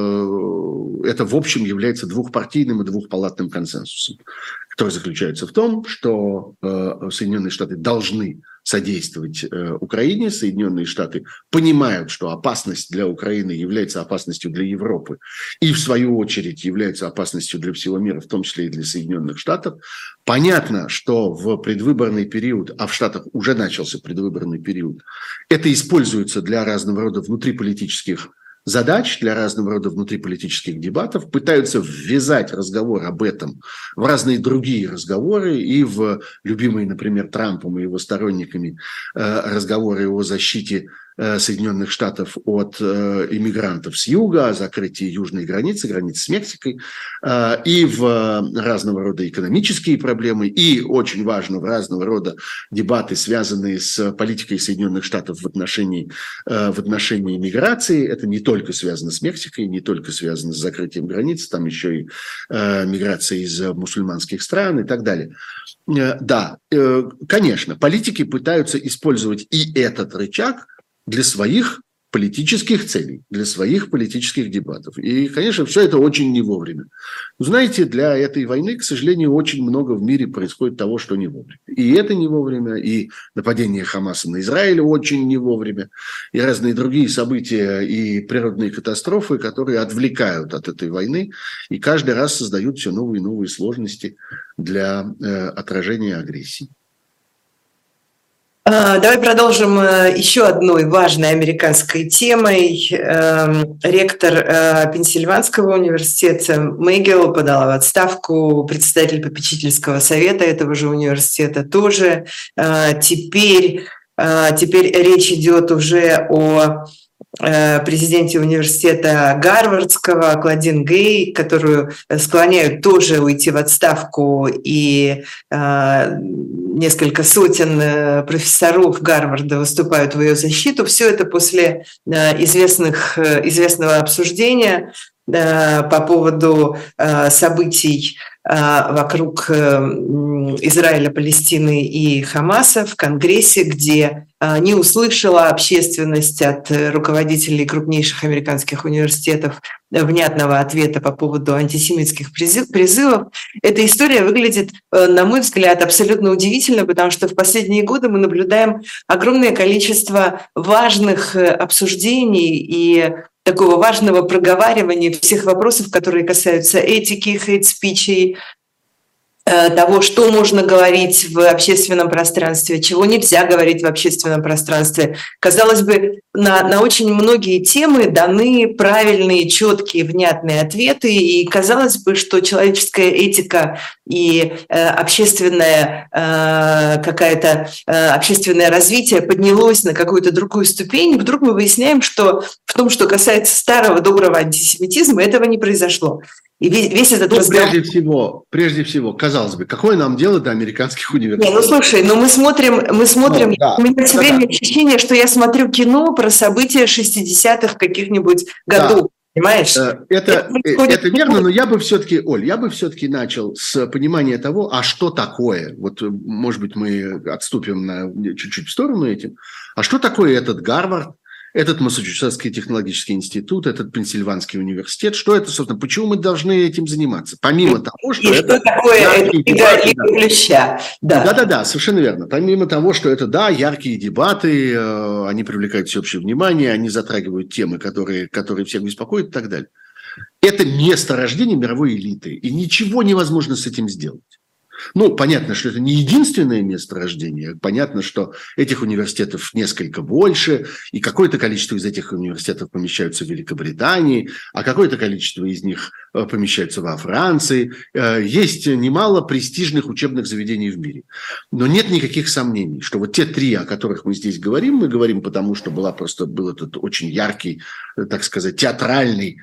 в общем, является двухпартийным и двухпалатным консенсусом, который заключается в том, что Соединенные Штаты должны содействовать Украине. Соединенные Штаты понимают, что опасность для Украины является опасностью для Европы и, в свою очередь, является опасностью для всего мира, в том числе и для Соединенных Штатов. Понятно, что в предвыборный период, а в Штатах уже начался предвыборный период, это используется для разного рода внутриполитических задач, для разного рода внутриполитических дебатов, пытаются ввязать разговор об этом в разные другие разговоры и в любимые, например, Трампом и его сторонниками разговоры о защите Соединенных Штатов от иммигрантов с юга, о закрытии южной границы, границы с Мексикой, и в разного рода экономические проблемы, и, очень важно, в разного рода дебаты, связанные с политикой Соединенных Штатов в отношении, в отношении миграции. Это не только связано с Мексикой, не только связано с закрытием границ, там еще и миграция из мусульманских стран и так далее. Да, конечно, политики пытаются использовать и этот рычаг для своих политических целей, для своих политических дебатов. И, конечно, все это очень не вовремя. Знаете, для этой войны, к сожалению, очень много в мире происходит того, что не вовремя. И это не вовремя, и нападение Хамаса на Израиль очень не вовремя, и разные другие события и природные катастрофы, которые отвлекают от этой войны, и каждый раз создают все новые и новые сложности для э, отражения агрессии. Давай продолжим еще одной важной американской темой. Ректор Пенсильванского университета Мэгил подала в отставку, председатель попечительского совета этого же университета тоже. Теперь, теперь речь идет уже о президенте университета Гарвардского Клодин Гей, которую склоняют тоже уйти в отставку, и э, несколько сотен профессоров Гарварда выступают в ее защиту. Все это после э, известных, э, известного обсуждения э, по поводу э, событий э, вокруг э, Израиля, Палестины и Хамаса в Конгрессе, где не услышала общественность от руководителей крупнейших американских университетов внятного ответа по поводу антисемитских призывов. Эта история выглядит, на мой взгляд, абсолютно удивительно, потому что в последние годы мы наблюдаем огромное количество важных обсуждений и такого важного проговаривания всех вопросов, которые касаются этики, хейт-спичей, того, что можно говорить в общественном пространстве, чего нельзя говорить в общественном пространстве. Казалось бы, на, на очень многие темы даны правильные, четкие, внятные ответы, и казалось бы, что человеческая этика и э, общественная э, какая-то э, общественное развитие поднялось на какую-то другую ступень, и вдруг мы выясняем, что в том, что касается старого доброго антисемитизма, этого не произошло. И весь, весь этот ну, разговор... прежде всего, прежде всего, казалось бы, какое нам дело до американских университетов? Не, ну слушай, ну мы смотрим, мы смотрим, ну, да, у меня все да, время да. ощущение, что я смотрю кино про события шестидесятых каких-нибудь годов. Да. Понимаешь? Это, это, это верно, но я бы все-таки, Оль, я бы все-таки начал с понимания того, а что такое, вот, может быть, мы отступим на чуть-чуть в сторону этим, а что такое этот Гарвард, этот Массачусетский технологический институт, этот Пенсильванский университет, что это, собственно, почему мы должны этим заниматься? Помимо того, что и это... что такое лига плюща. Да-да-да, совершенно верно. Помимо того, что это, да, яркие дебаты, э, они привлекают всеобщее внимание, они затрагивают темы, которые, которые всех беспокоят и так далее. Это место рождения мировой элиты, и ничего невозможно с этим сделать. Ну, понятно, что это не единственное место рождения. Понятно, что этих университетов несколько больше, и какое-то количество из этих университетов помещаются в Великобритании, а какое-то количество из них помещаются во Франции. Есть немало престижных учебных заведений в мире. Но нет никаких сомнений, что вот те три, о которых мы здесь говорим, мы говорим потому, что была просто, был этот очень яркий, так сказать, театральный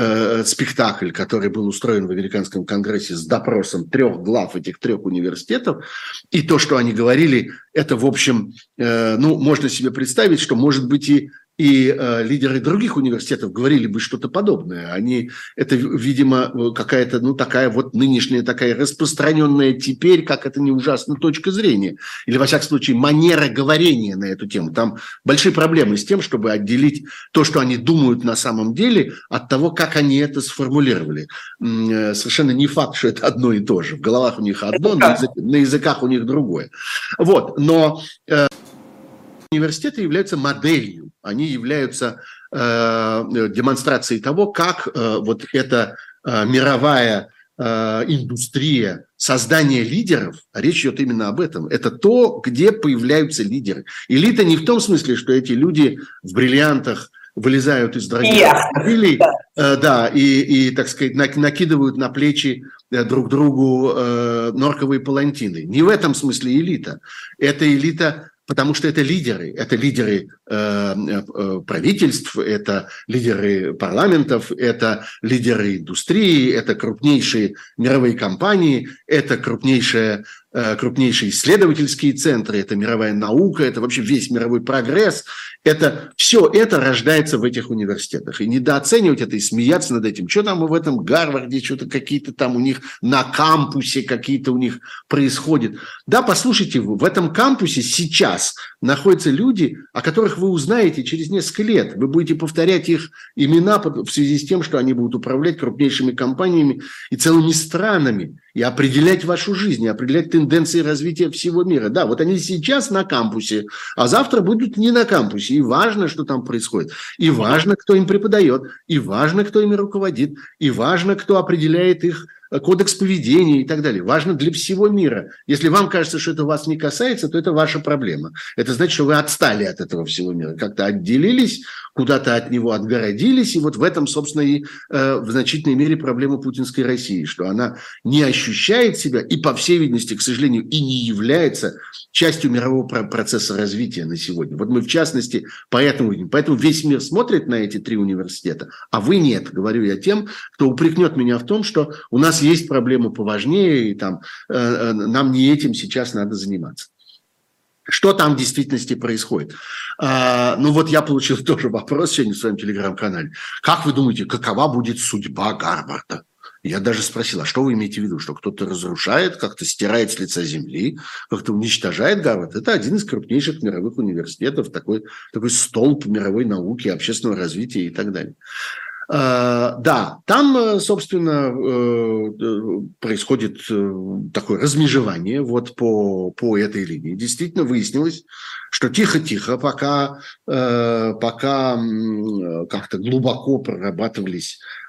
спектакль, который был устроен в Американском конгрессе с допросом трех глав этих трех университетов, и то, что они говорили, это, в общем, ну, можно себе представить, что, может быть, и И э, лидеры других университетов говорили бы что-то подобное. Они, это, видимо, какая-то, ну, такая вот нынешняя, такая распространенная теперь, как это не ужасно, точка зрения. Или, во всяком случае, манера говорения на эту тему. Там большие проблемы с тем, чтобы отделить то, что они думают на самом деле, от того, как они это сформулировали. М-м, совершенно не факт, что это одно и то же. В головах у них одно, на, язык, на языках у них другое. Вот, но... Э, университеты являются моделью, они являются э, демонстрацией того, как э, вот эта э, мировая э, индустрия создания лидеров, а речь идет именно об этом, это то, где появляются лидеры. Элита не в том смысле, что эти люди в бриллиантах вылезают из дорогих автомобилей, э, да, и, и, так сказать, накидывают на плечи друг другу э, норковые палантины. Не в этом смысле элита. Это элита... Потому что это лидеры, это лидеры э, э, правительств, это лидеры парламентов, это лидеры индустрии, это крупнейшие мировые компании, это крупнейшие, э, крупнейшие исследовательские центры, это мировая наука, это вообще весь мировой прогресс. Это, все это рождается в этих университетах. И недооценивать это и смеяться над этим. Что там в этом Гарварде, что-то какие-то там у них на кампусе какие-то у них происходят. Да, послушайте, в этом кампусе сейчас находятся люди, о которых вы узнаете через несколько лет. Вы будете повторять их имена в связи с тем, что они будут управлять крупнейшими компаниями и целыми странами, и определять вашу жизнь, и определять тенденции развития всего мира. Да, вот они сейчас на кампусе, а завтра будут не на кампусе. И важно, что там происходит. И важно, кто им преподает. И важно, кто ими руководит. И важно, кто определяет их кодекс поведения и так далее. Важно для всего мира. Если вам кажется, что это вас не касается, то это ваша проблема. Это значит, что вы отстали от этого всего мира. Как-то отделились, куда-то от него отгородились. И вот в этом, собственно, и э, в значительной мере проблема путинской России, что она не ощущает себя и, по всей видимости, к сожалению, и не является частью мирового процесса развития на сегодня. Вот мы, в частности, поэтому видим. Поэтому весь мир смотрит на эти три университета, а вы нет. Говорю я тем, кто упрекнет меня в том, что у нас есть проблемы поважнее, и там, э, нам не этим сейчас надо заниматься. Что там в действительности происходит? А, ну вот я получил тоже вопрос сегодня в своем телеграм-канале. Как вы думаете, какова будет судьба Гарварда? Я даже спросил, а что вы имеете в виду? Что кто-то разрушает, как-то стирает с лица земли, как-то уничтожает Гарвард? Это один из крупнейших мировых университетов, такой, такой столб мировой науки, общественного развития и так далее. Uh, да, там, собственно, uh, происходит uh, такое размежевание вот по, по этой линии. Действительно выяснилось, что тихо-тихо, пока, uh, пока uh, как-то глубоко прорабатывались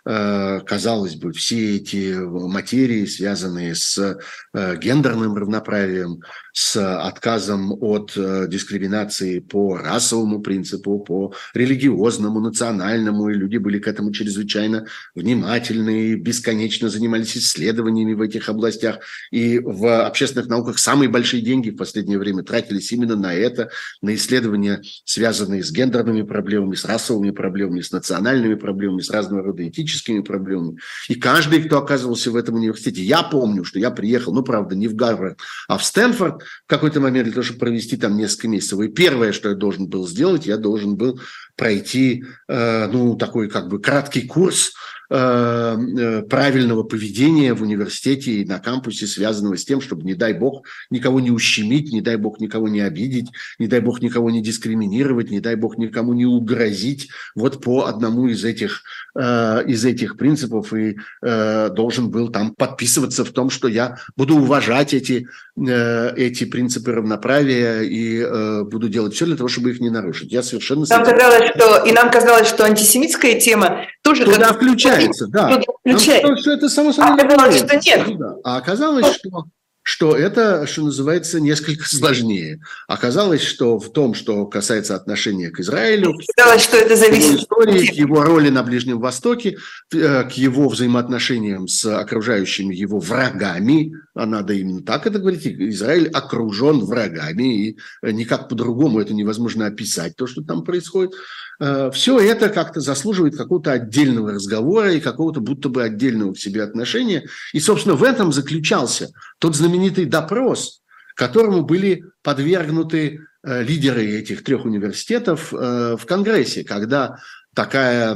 казалось бы, все эти материи, связанные с гендерным равноправием, с отказом от дискриминации по расовому принципу, по религиозному, национальному, и люди были к этому чрезвычайно внимательны, бесконечно занимались исследованиями в этих областях, и в общественных науках самые большие деньги в последнее время тратились именно на это, на исследования, связанные с гендерными проблемами, с расовыми проблемами, с национальными проблемами, с разного рода этическими проблемами. И каждый, кто оказывался в этом университете, я помню, что я приехал, ну, правда, не в Гарвард, а в Стэнфорд в какой-то момент для того, чтобы провести там несколько месяцев. И первое, что я должен был сделать, я должен был пройти, э, ну, такой как бы краткий курс правильного поведения в университете и на кампусе, связанного с тем, чтобы, не дай бог, никого не ущемить, не дай бог, никого не обидеть, не дай бог, никого не дискриминировать, не дай бог, никому не угрозить. Вот по одному из этих, э, из этих принципов и э, должен был там подписываться в том, что я буду уважать эти, э, эти принципы равноправия и э, буду делать все для того, чтобы их не нарушить. Я совершенно... Нам казалось, что, и нам казалось, что антисемитская тема тоже... Туда включается. Да. Нам, что это само собой а оказалось, что нет. Да. А оказалось, что, что это, что называется, несколько сложнее. Оказалось, что в том, что касается отношения к Израилю, оказалось, что это зависит от истории, к его роли на Ближнем Востоке, к его взаимоотношениям с окружающими его врагами, а надо именно так это говорить, Израиль окружен врагами, и никак по-другому это невозможно описать, то, что там происходит. Все это как-то заслуживает какого-то отдельного разговора и какого-то будто бы отдельного к себе отношения. И, собственно, в этом заключался тот знаменитый допрос, которому были подвергнуты лидеры этих трех университетов в Конгрессе, когда такая,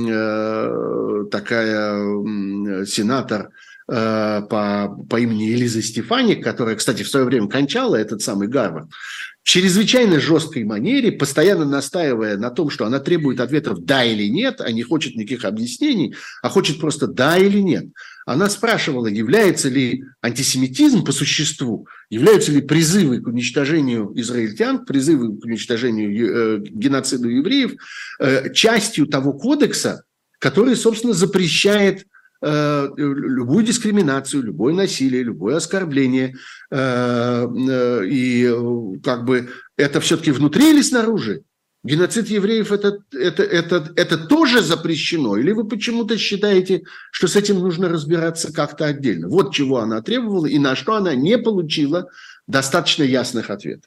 такая сенатор по, по имени Элиза Стефаник, которая, кстати, в свое время кончала этот самый Гарвард, в чрезвычайно жесткой манере, постоянно настаивая на том, что она требует ответов «да» или «нет», а не хочет никаких объяснений, а хочет просто «да» или «нет». Она спрашивала, является ли антисемитизм по существу, являются ли призывы к уничтожению израильтян, призывы к уничтожению э, геноциду евреев э, частью того кодекса, который, собственно, запрещает любую дискриминацию, любое насилие, любое оскорбление. И как бы это все-таки внутри или снаружи? Геноцид евреев это, это, это, это тоже запрещено? Или вы почему-то считаете, что с этим нужно разбираться как-то отдельно? Вот чего она требовала и на что она не получила достаточно ясных ответов.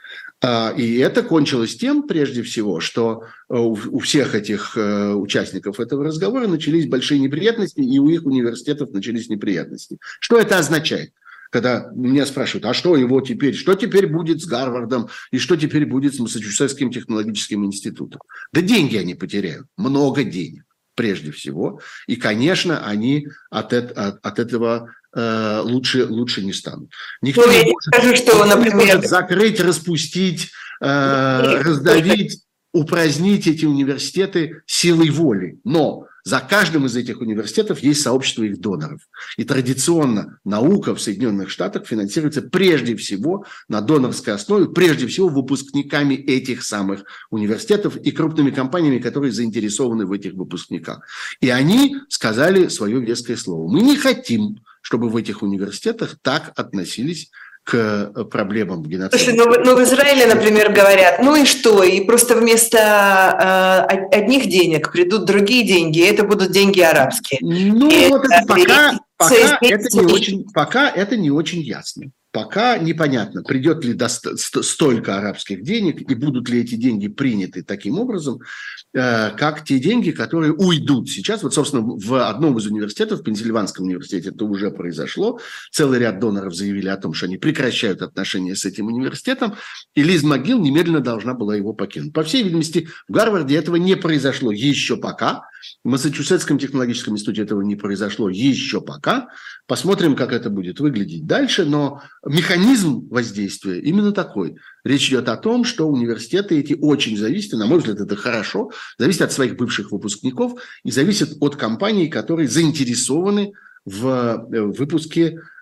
И это кончилось тем, прежде всего, что у всех этих участников этого разговора начались большие неприятности, и у их университетов начались неприятности. Что это означает? Когда меня спрашивают, а что его теперь, что теперь будет с Гарвардом, и что теперь будет с Массачусетским технологическим институтом? Да деньги они потеряют, много денег, прежде всего. И, конечно, они от, от, от этого... Лучше, лучше не станут. Никто, ну, не, может, скажу, что, никто например... не может закрыть, распустить, э, раздавить, упразднить эти университеты силой воли. Но за каждым из этих университетов есть сообщество их доноров. И традиционно наука в Соединенных Штатах финансируется прежде всего на донорской основе, прежде всего выпускниками этих самых университетов и крупными компаниями, которые заинтересованы в этих выпускниках. И они сказали свое веское слово. Мы не хотим, чтобы в этих университетах так относились к проблемам геноцида. Слушай, ну, ну в Израиле, например, говорят, ну и что, и просто вместо э, одних денег придут другие деньги, и это будут деньги арабские. Ну и вот это, это пока, пока, это не очень, пока это не очень ясно. Пока непонятно, придет ли до столько арабских денег и будут ли эти деньги приняты таким образом, как те деньги, которые уйдут сейчас. Вот, собственно, в одном из университетов, в Пенсильванском университете, это уже произошло. Целый ряд доноров заявили о том, что они прекращают отношения с этим университетом, и Лиз МакГилл немедленно должна была его покинуть. По всей видимости, в Гарварде этого не произошло еще пока. В Массачусетском технологическом институте этого не произошло еще пока. Посмотрим, как это будет выглядеть дальше, но механизм воздействия именно такой. Речь идет о том, что университеты эти очень зависят, и, на мой взгляд, это хорошо, зависят от своих бывших выпускников и зависят от компаний, которые заинтересованы в выпуске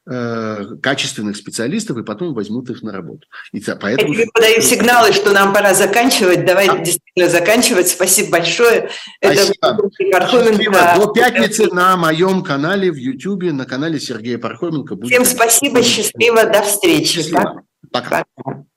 э, качественных специалистов, и потом возьмут их на работу. И поэтому... Я тебе подаю сигналы, что нам пора заканчивать. Давай а? действительно заканчивать. Спасибо большое. Спасибо. Это до пятницы на моем канале в Ютьюбе, на канале Сергея Пархоменко. Всем спасибо, счастливо, до встречи. Счастливо. Пока. Пока.